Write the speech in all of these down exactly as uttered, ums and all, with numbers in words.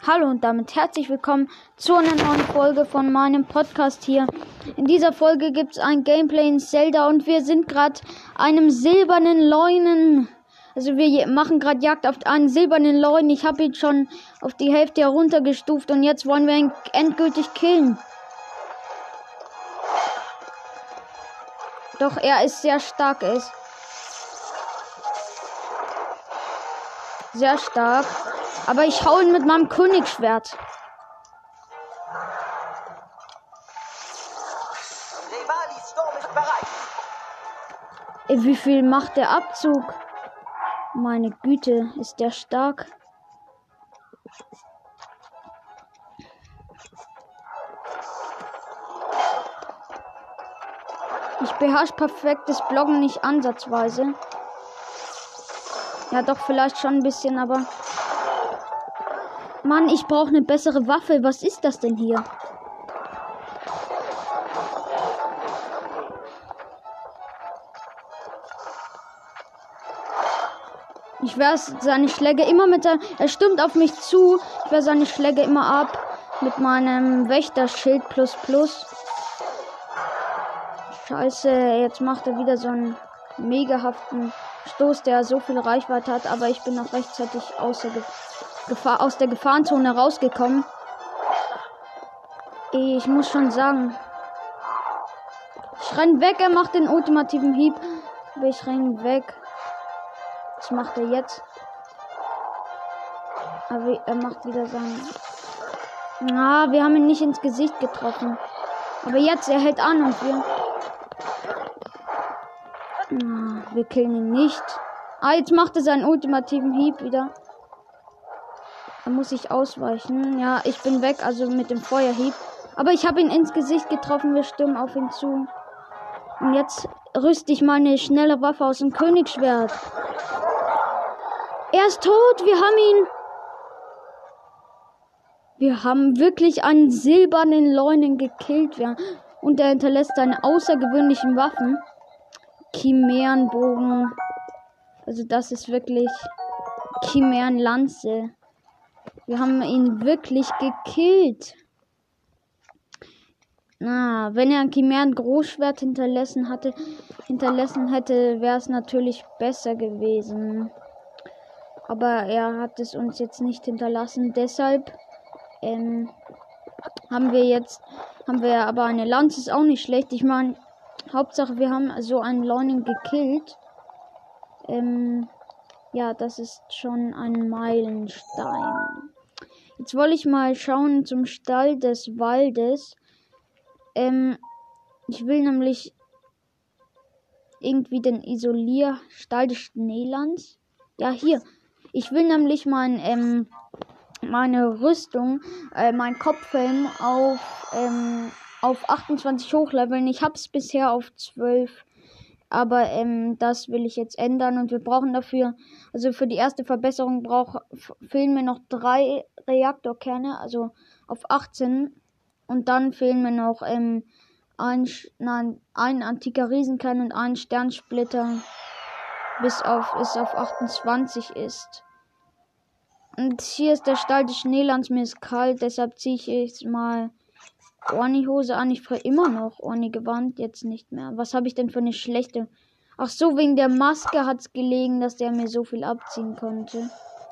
Hallo und damit herzlich willkommen zu einer neuen Folge von meinem Podcast hier. In dieser Folge gibt es ein Gameplay in Zelda und wir sind gerade einem silbernen Leunen. Also wir machen gerade Jagd auf einen silbernen Leunen. Ich habe ihn schon auf die Hälfte heruntergestuft und jetzt wollen wir ihn endgültig killen. Doch er ist sehr stark, er ist sehr stark. Aber ich hau ihn mit meinem Königsschwert. Revalis Sturm ist bereit. Ey, wie viel macht der Abzug? Meine Güte, ist der stark. Ich beherrsche perfektes Blocken nicht ansatzweise. Ja, doch, vielleicht schon ein bisschen, aber... Mann, ich brauche eine bessere Waffe. Was ist das denn hier? Ich wehr seine Schläge immer mit der... Er stürmt auf mich zu. Ich wehr seine Schläge immer ab. Mit meinem Wächterschild plus plus. Scheiße, jetzt macht er wieder so einen megahaften Stoß, der so viel Reichweite hat. Aber ich bin noch rechtzeitig außer Gefahr, aus der Gefahrenzone rausgekommen. Ich muss schon sagen. Ich renn weg, er macht den ultimativen Hieb. Aber ich renn weg. Was macht er jetzt? Aber er macht wieder seinen... Ah, wir haben ihn nicht ins Gesicht getroffen. Aber jetzt, er hält an und wir... Ah, wir killen ihn nicht. Ah, jetzt macht er seinen ultimativen Hieb wieder. Da muss ich ausweichen. Ja, ich bin weg, also mit dem Feuerhieb. Aber ich habe ihn ins Gesicht getroffen. Wir stürmen auf ihn zu. Und jetzt rüste ich meine schnelle Waffe aus dem Königsschwert. Er ist tot. Wir haben ihn. Wir haben wirklich einen silbernen Leunen gekillt. Und er hinterlässt seine außergewöhnlichen Waffen. Chimärenbogen. Also das ist wirklich Chimärenlanze. Wir haben ihn wirklich gekillt. Na, wenn er ein Chimären-Großschwert hinterlassen hatte, hinterlassen hätte, wäre es natürlich besser gewesen. Aber er hat es uns jetzt nicht hinterlassen. Deshalb ähm, haben wir jetzt, haben wir aber eine Lanze, ist auch nicht schlecht. Ich meine, Hauptsache wir haben so einen Leunen gekillt. Ähm, ja, das ist schon ein Meilenstein. Jetzt wollte ich mal schauen zum Stall des Waldes. Ähm, ich will nämlich irgendwie den Isolierstall des Schneelands. Ja, hier. Ich will nämlich mein, ähm, meine Rüstung, äh, mein Kopfhelm auf, ähm, auf achtundzwanzig hochleveln. Ich habe es bisher auf zwölf. Aber ähm, das will ich jetzt ändern und wir brauchen dafür, also für die erste Verbesserung brauch, fehlen mir noch drei Reaktorkerne, also auf achtzehn. Und dann fehlen mir noch ähm, ein, nein, ein antiker Riesenkern und ein Sternsplitter, bis auf es auf achtundzwanzig ist. Und hier ist der Stall des Schneelands, mir ist kalt, deshalb ziehe ich jetzt mal Orni-Hose an. Ich fahre immer noch Orni-Gewand, jetzt nicht mehr. Was habe ich denn für eine schlechte... Ach so, wegen der Maske hat es gelegen, dass der mir so viel abziehen konnte.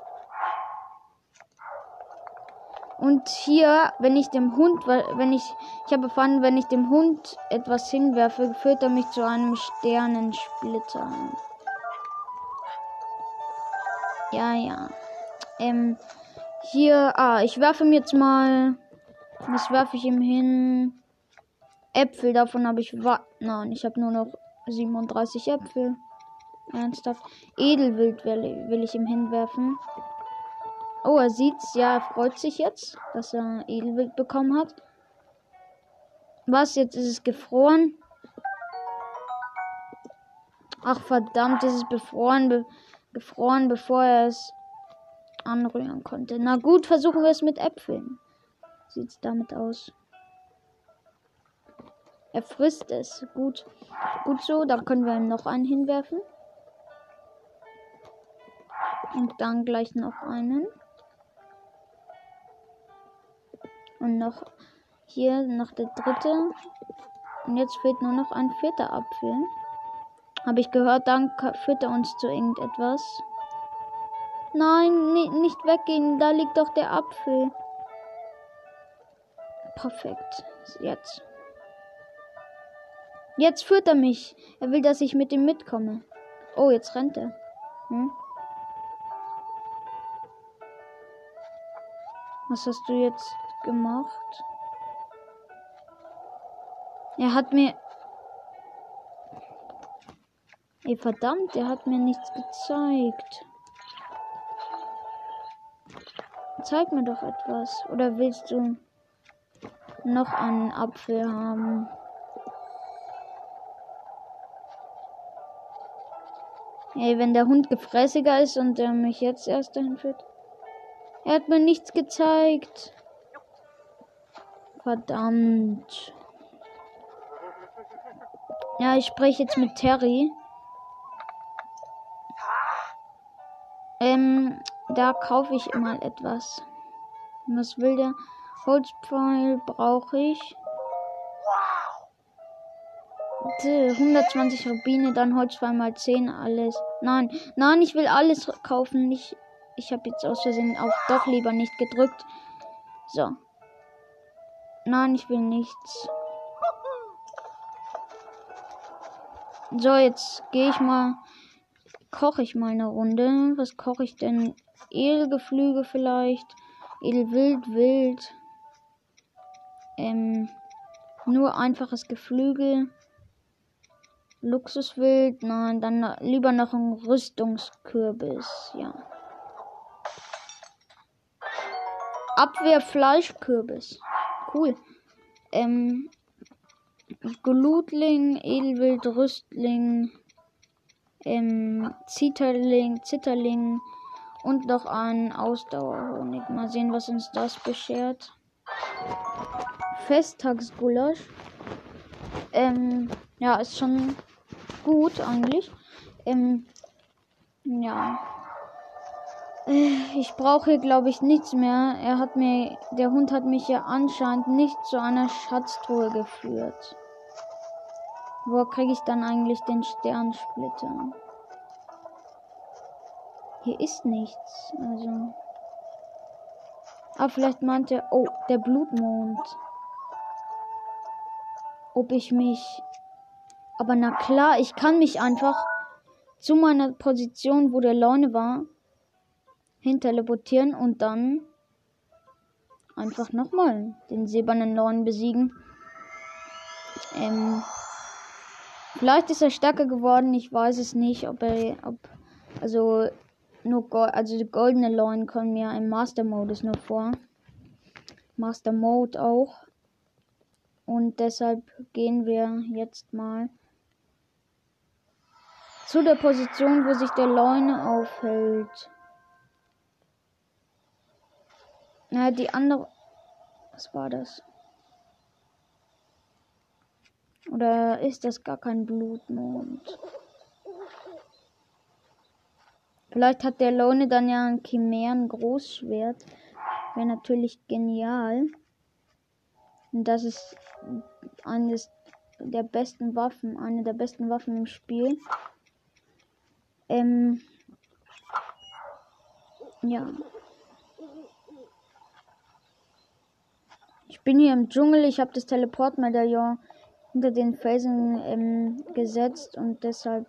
Und hier, wenn ich dem Hund... wenn ich Ich habe erfahren, wenn ich dem Hund etwas hinwerfe, führt er mich zu einem Sternensplitter. Ja, ja. Ähm, hier... Ah, ich werfe mir jetzt mal... Das werfe ich ihm hin. Äpfel, davon habe ich... Nein, ich habe nur noch siebenunddreißig Äpfel. Ernsthaft. Edelwild will, will ich ihm hinwerfen. Oh, er sieht's. Ja, er freut sich jetzt, dass er Edelwild bekommen hat. Was? Jetzt ist es gefroren. Ach, verdammt, ist es befroren, be gefroren, bevor er es anrühren konnte. Na gut, versuchen wir es mit Äpfeln. Sieht's damit aus. Er frisst es. Gut. Gut so. Dann können wir ihm noch einen hinwerfen. Und dann gleich noch einen. Und noch hier noch der dritte. Und jetzt fehlt nur noch ein vierter Apfel. Habe ich gehört, dann führt er uns zu irgendetwas. Nein, nee, nicht weggehen. Da liegt doch der Apfel. Perfekt. Jetzt. Jetzt führt er mich. Er will, dass ich mit ihm mitkomme. Oh, jetzt rennt er. Hm? Was hast du jetzt gemacht? Er hat mir... Ey, verdammt, er hat mir nichts gezeigt. Zeig mir doch etwas. Oder willst du noch einen Apfel haben? Ey, wenn der Hund gefräßiger ist und der mich jetzt erst dahin führt. Er hat mir nichts gezeigt. Verdammt. Ja, ich spreche jetzt mit Terry. Ähm, da kaufe ich mal etwas. Was will der? Holzpfeil brauche ich. hundertzwanzig Rubine, dann Holzpfeil mal zehn, alles. Nein, nein, ich will alles kaufen. Nicht, ich habe jetzt aus Versehen auf doch lieber nicht gedrückt. So. Nein, ich will nichts. So, jetzt gehe ich mal, koche ich mal eine Runde. Was koche ich denn? Edelgeflügel vielleicht. Edelwild, wild. Ähm, nur einfaches Geflügel. Luxuswild, nein, dann lieber noch ein Rüstungskürbis, ja. Abwehrfleischkürbis. Cool. Ähm, Glutling, Edelwild, Rüstling, ähm, Zitterling, Zitterling und noch ein Ausdauerhonig. Mal sehen, was uns das beschert. Festtagsgulasch. Ähm, ja, ist schon gut eigentlich. Ähm, ja. Ich brauche hier, glaube ich, nichts mehr. Er hat mir, der Hund hat mich ja anscheinend nicht zu einer Schatztruhe geführt. Wo kriege ich dann eigentlich den Sternsplitter? Hier ist nichts. Also. Ah, vielleicht meinte er, oh, der Blutmond. Ob ich mich... Aber na klar, ich kann mich einfach zu meiner Position, wo der Leune war, hin teleportieren und dann einfach nochmal den silbernen Leuen besiegen. Ähm, vielleicht ist er stärker geworden, ich weiß es nicht, ob er, ob, also nur Gold, also die goldene Leuen kommen ja im Master Modus nur vor. Master Mode auch. Und deshalb gehen wir jetzt mal zu der Position, wo sich der Leune aufhält. Na, die andere... Was war das? Oder ist das gar kein Blutmond? Vielleicht hat der Leune dann ja ein Chimären-Großschwert. Wäre natürlich genial. Und das ist eines der besten Waffen, eine der besten Waffen im Spiel. Ähm, ja. Ich bin hier im Dschungel, ich habe das Teleportmedaillon hinter den Felsen ähm, gesetzt und deshalb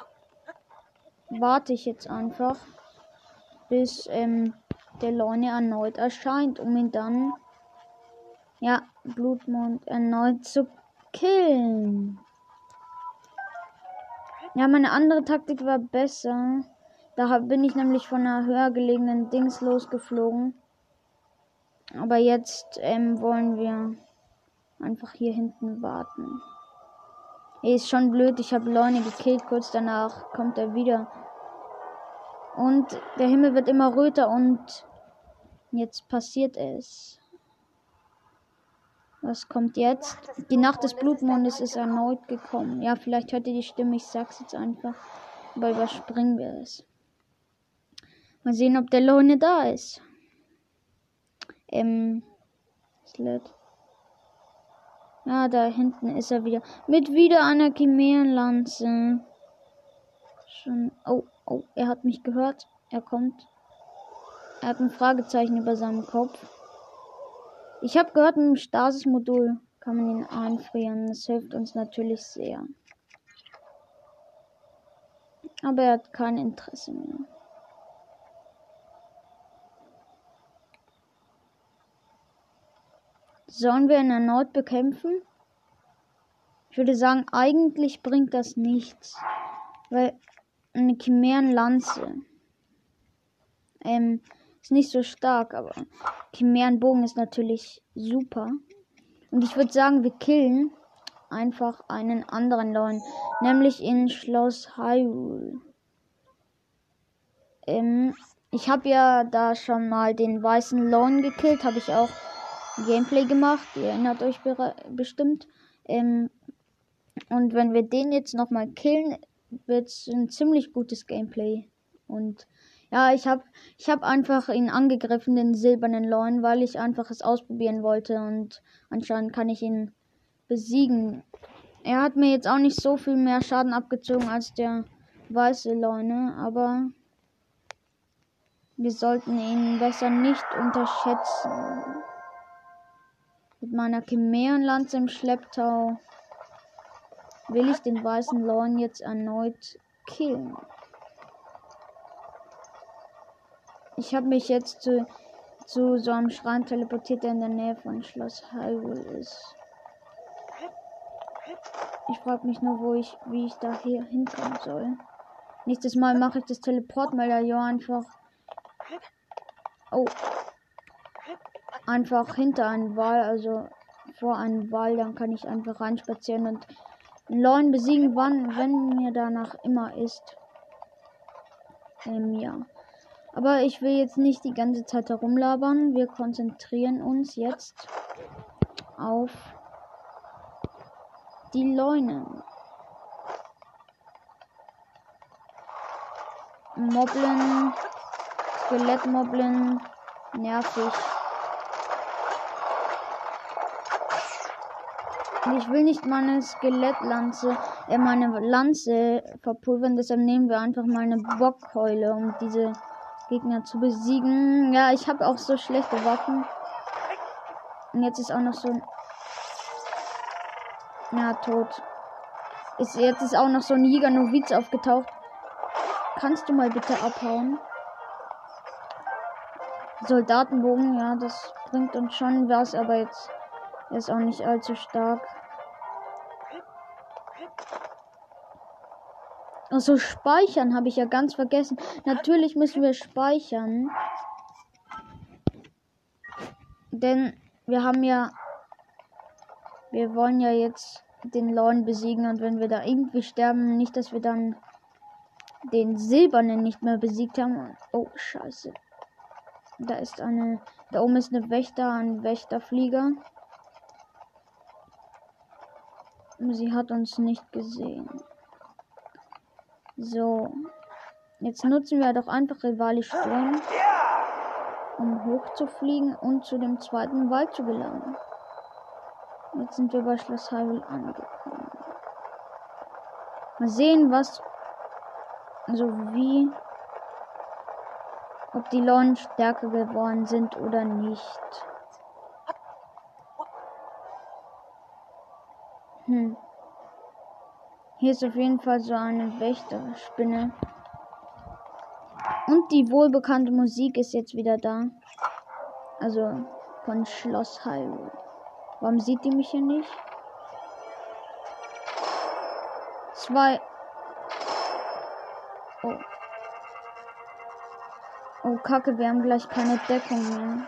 warte ich jetzt einfach, bis ähm, der Leune erneut erscheint, um ihn dann, ja, Blutmond erneut zu killen. Ja, meine andere Taktik war besser. Da bin ich nämlich von einer höher gelegenen Dings losgeflogen. Aber jetzt ähm, wollen wir einfach hier hinten warten. Ey, ist schon blöd, ich habe Leune gekillt, kurz danach kommt er wieder. Und der Himmel wird immer röter und jetzt passiert es. Was kommt jetzt? Die Nacht des Blutmondes ist erneut gekommen. Ja, vielleicht hört ihr die Stimme, ich sag's jetzt einfach. Aber überspringen wir es. Mal sehen, ob der Leune da ist. Ähm, Sled. Ja, da hinten ist er wieder. Mit wieder einer Chimärenlanze. Schon. Oh, oh, er hat mich gehört. Er kommt. Er hat ein Fragezeichen über seinem Kopf. Ich habe gehört, mit dem Stasis-Modul kann man ihn einfrieren. Das hilft uns natürlich sehr. Aber er hat kein Interesse mehr. Sollen wir ihn erneut bekämpfen? Ich würde sagen, eigentlich bringt das nichts. Weil eine Chimärenlanze ähm, ist nicht so stark, aber Chimärenbogen ist natürlich super. Und ich würde sagen, wir killen einfach einen anderen Leuen, nämlich in Schloss Hyrule. Ähm, ich habe ja da schon mal den weißen Leuen gekillt, habe ich auch Gameplay gemacht, ihr erinnert euch be bestimmt. Ähm, und wenn wir den jetzt nochmal killen, wird es ein ziemlich gutes Gameplay. Und ja, ich habe ich hab einfach ihn angegriffen, den silbernen Leuen, weil ich einfach es ausprobieren wollte. Und anscheinend kann ich ihn besiegen. Er hat mir jetzt auch nicht so viel mehr Schaden abgezogen als der weiße Leune, aber wir sollten ihn besser nicht unterschätzen. Mit meiner Chimärenlanze im Schlepptau will ich den weißen Leuen jetzt erneut killen. Ich habe mich jetzt zu, zu so einem Schrein teleportiert, der in der Nähe von Schloss Hyrule ist. Ich frage mich nur, wo ich, wie ich da hier hinkommen soll. Nächstes Mal mache ich das Teleportmedaillon einfach. Oh. Einfach hinter einem Wal, also vor einem Wal, dann kann ich einfach reinspazieren und einen Leuen besiegen, wann, wenn mir danach immer ist. Ähm, ja. Aber ich will jetzt nicht die ganze Zeit herumlabern. Wir konzentrieren uns jetzt auf die Leune. Moblin, Skelettmoblin, nervig. Ich will nicht meine Skelettlanze, äh, meine Lanze verpulvern, deshalb nehmen wir einfach mal eine Bockkeule, um diese Gegner zu besiegen. Ja, ich habe auch so schlechte Waffen. Und jetzt ist auch noch so ein... Ja, tot. Ist, jetzt ist auch noch so ein Jäger-Noviz aufgetaucht. Kannst du mal bitte abhauen? Soldatenbogen, ja, das bringt uns schon was, aber jetzt ist auch nicht allzu stark. Also speichern habe ich ja ganz vergessen. Natürlich müssen wir speichern. Denn wir haben ja... Wir wollen ja jetzt den Leuen besiegen. Und wenn wir da irgendwie sterben, nicht, dass wir dann den Silbernen nicht mehr besiegt haben. Oh, scheiße. Da ist eine... Da oben ist eine Wächter, ein Wächterflieger. Sie hat uns nicht gesehen. So. Jetzt nutzen wir doch einfach Rivali Sturm, um hochzufliegen und zu dem zweiten Wald zu gelangen. Jetzt sind wir bei Schloss Hyrule angekommen. Mal sehen, was... Also wie... Ob die Leuen stärker geworden sind oder nicht. Hm. Hier ist auf jeden Fall so eine Wächterspinne. Und die wohlbekannte Musik ist jetzt wieder da. Also von Schloss Hyrule. Warum sieht die mich hier nicht? Zwei. Oh. Oh, Kacke, wir haben gleich keine Deckung mehr.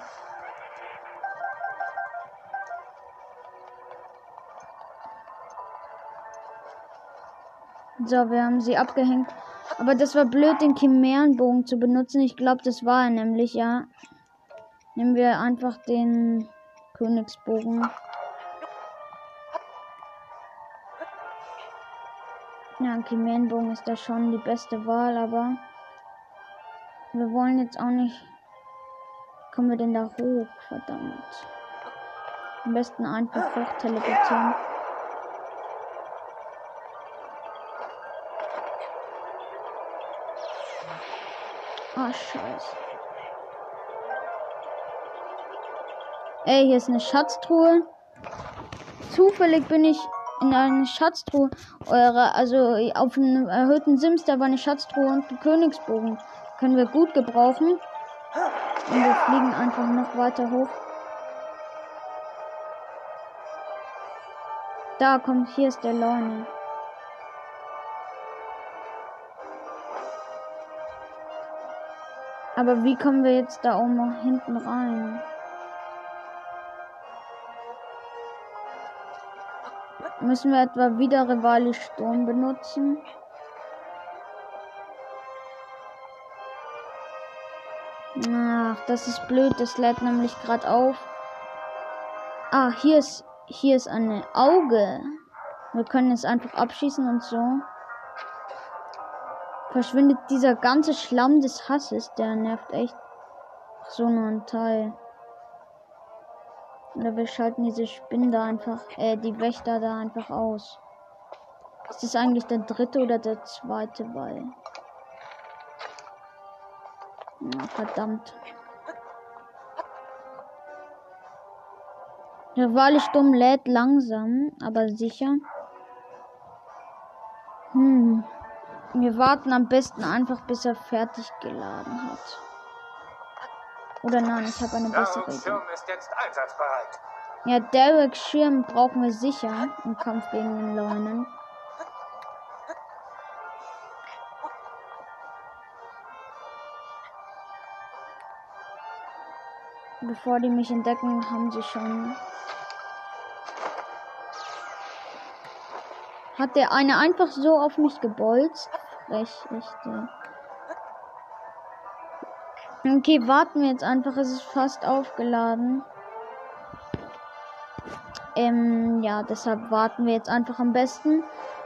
So, wir haben sie abgehängt. Aber das war blöd, den Chimärenbogen zu benutzen. Ich glaube, das war er nämlich, ja. Nehmen wir einfach den Königsbogen. Ja, ein Chimärenbogen ist da schon die beste Wahl, aber wir wollen jetzt auch nicht... Kommen wir denn da hoch? Verdammt. Am besten einfach hoch teleportieren. Ah, scheiße. Ey, hier ist eine Schatztruhe. Zufällig bin ich in einer Schatztruhe. Eure, also auf einem erhöhten Sims, da war eine Schatztruhe und ein Königsbogen. Können wir gut gebrauchen. Und wir fliegen einfach noch weiter hoch. Da kommt, hier ist der Leune. Aber wie kommen wir jetzt da oben noch hinten rein? Müssen wir etwa wieder Rivali Sturm benutzen? Ach, das ist blöd. Das lädt nämlich gerade auf. Ah, hier ist, hier ist eine Auge. Wir können es einfach abschießen und so. Verschwindet dieser ganze Schlamm des Hasses. Der nervt echt. Ach, so nur ein Teil. Oder wir schalten diese Spinnen da einfach, äh, die Wächter da einfach aus. Ist das eigentlich der dritte oder der zweite Ball? Ja, verdammt. Der Walisturm lädt langsam, aber sicher. Hm. Wir warten am besten einfach, bis er fertig geladen hat. Oder nein, ich habe eine bessere Idee. Schirm ist jetzt einsatzbereit. Ja, Dereks Schirm brauchen wir sicher im Kampf gegen den Leunen. Bevor die mich entdecken, haben sie schon... Hat der eine einfach so auf mich gebolzt? Frech, richtig. Okay, warten wir jetzt einfach. Es ist fast aufgeladen. Ähm, ja, deshalb warten wir jetzt einfach am besten,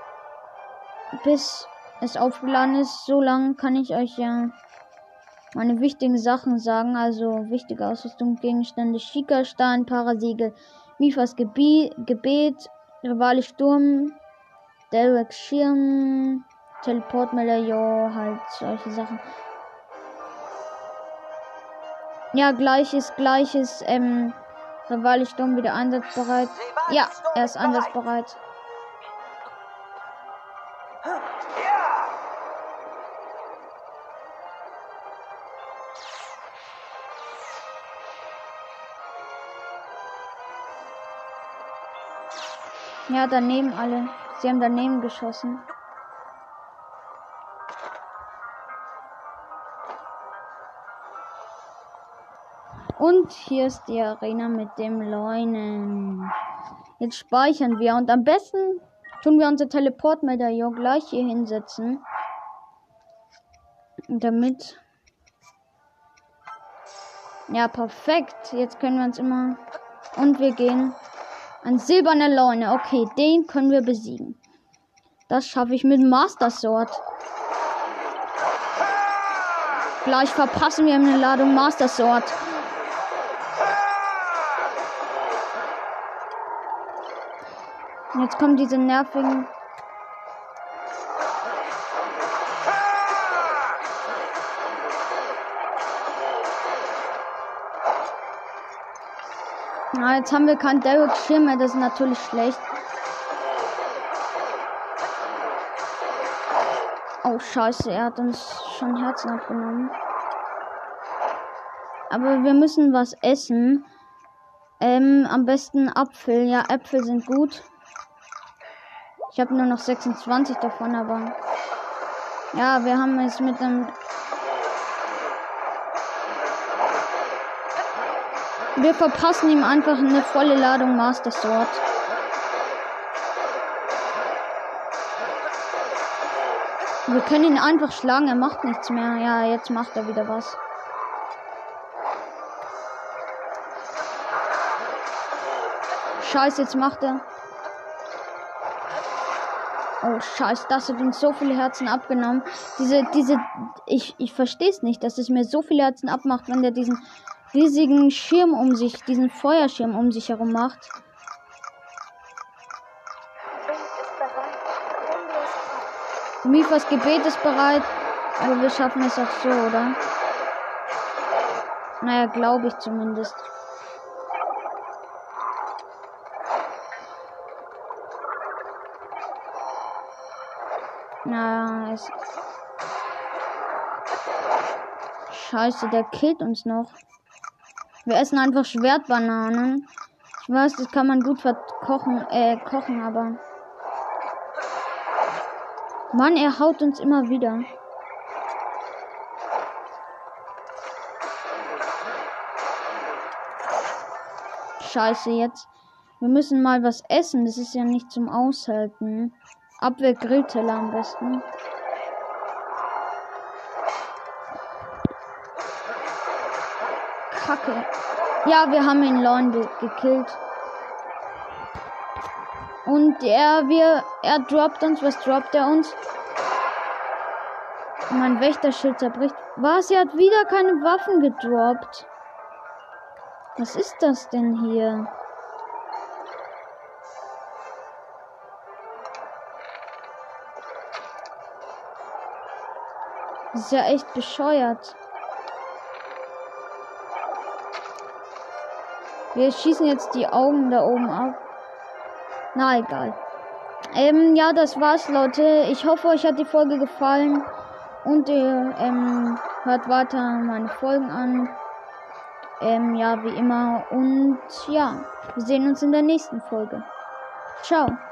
bis es aufgeladen ist. So lange kann ich euch ja meine wichtigen Sachen sagen. Also wichtige Ausrüstung, Gegenstände, Schika-Stein, Parasiegel, Mifas Gebet, Gebet Rivali Sturm, Dereks Schirm, Teleportmedaillon, halt solche Sachen. Ja, gleiches, gleiches, ähm, Rivali Sturm wieder einsatzbereit. Ja, er ist einsatzbereit. Ja, daneben alle. Sie haben daneben geschossen. Und hier ist die Arena mit dem Leunen. Jetzt speichern wir und am besten tun wir unser Teleportmedaillon gleich hier hinsetzen. Damit. Ja, perfekt. Jetzt können wir uns immer. Und wir gehen. Ein silberner Leune. Okay, den können wir besiegen. Das schaffe ich mit Master Sword. Gleich verpassen wir eine Ladung Master Sword. Jetzt kommen diese nervigen. Na, jetzt haben wir keinen Derek Schirm mehr, das ist natürlich schlecht. Oh scheiße, er hat uns schon Herzen abgenommen. Aber wir müssen was essen. Ähm, am besten Apfel. Ja, Äpfel sind gut. Ich habe nur noch sechsundzwanzig davon, aber ja, wir haben es mit einem. Wir verpassen ihm einfach eine volle Ladung Master Sword. Wir können ihn einfach schlagen, er macht nichts mehr. Ja, jetzt macht er wieder was. Scheiße, jetzt macht er. Oh Scheiße, das hat uns so viele Herzen abgenommen. Diese, diese, ich, ich verstehe es nicht, dass es mir so viele Herzen abmacht, wenn der diesen riesigen Schirm um sich, diesen Feuerschirm um sich herum macht. Mifas Gebet ist bereit, aber wir schaffen es auch so, oder? Naja, glaube ich zumindest. Na, es... Scheiße, der killt uns noch. Wir essen einfach Schwertbananen. Ich weiß, das kann man gut verkochen, äh, kochen, aber... Mann, er haut uns immer wieder. Scheiße, jetzt. Wir müssen mal was essen. Das ist ja nicht zum Aushalten. Abwehr Grillteller am besten. Kacke. Ja, wir haben ihn Lorn gekillt. Und er, wir, er droppt uns. Was droppt er uns? Mein Wächterschild zerbricht. Was? Er hat wieder keine Waffen gedroppt. Was ist das denn hier? Das ist ja echt bescheuert. Wir schießen jetzt die Augen da oben ab. Na, egal. Ähm, ja, das war's, Leute. Ich hoffe, euch hat die Folge gefallen. Und ihr ähm, hört weiter meine Folgen an. Ähm, ja, wie immer. Und ja, wir sehen uns in der nächsten Folge. Ciao.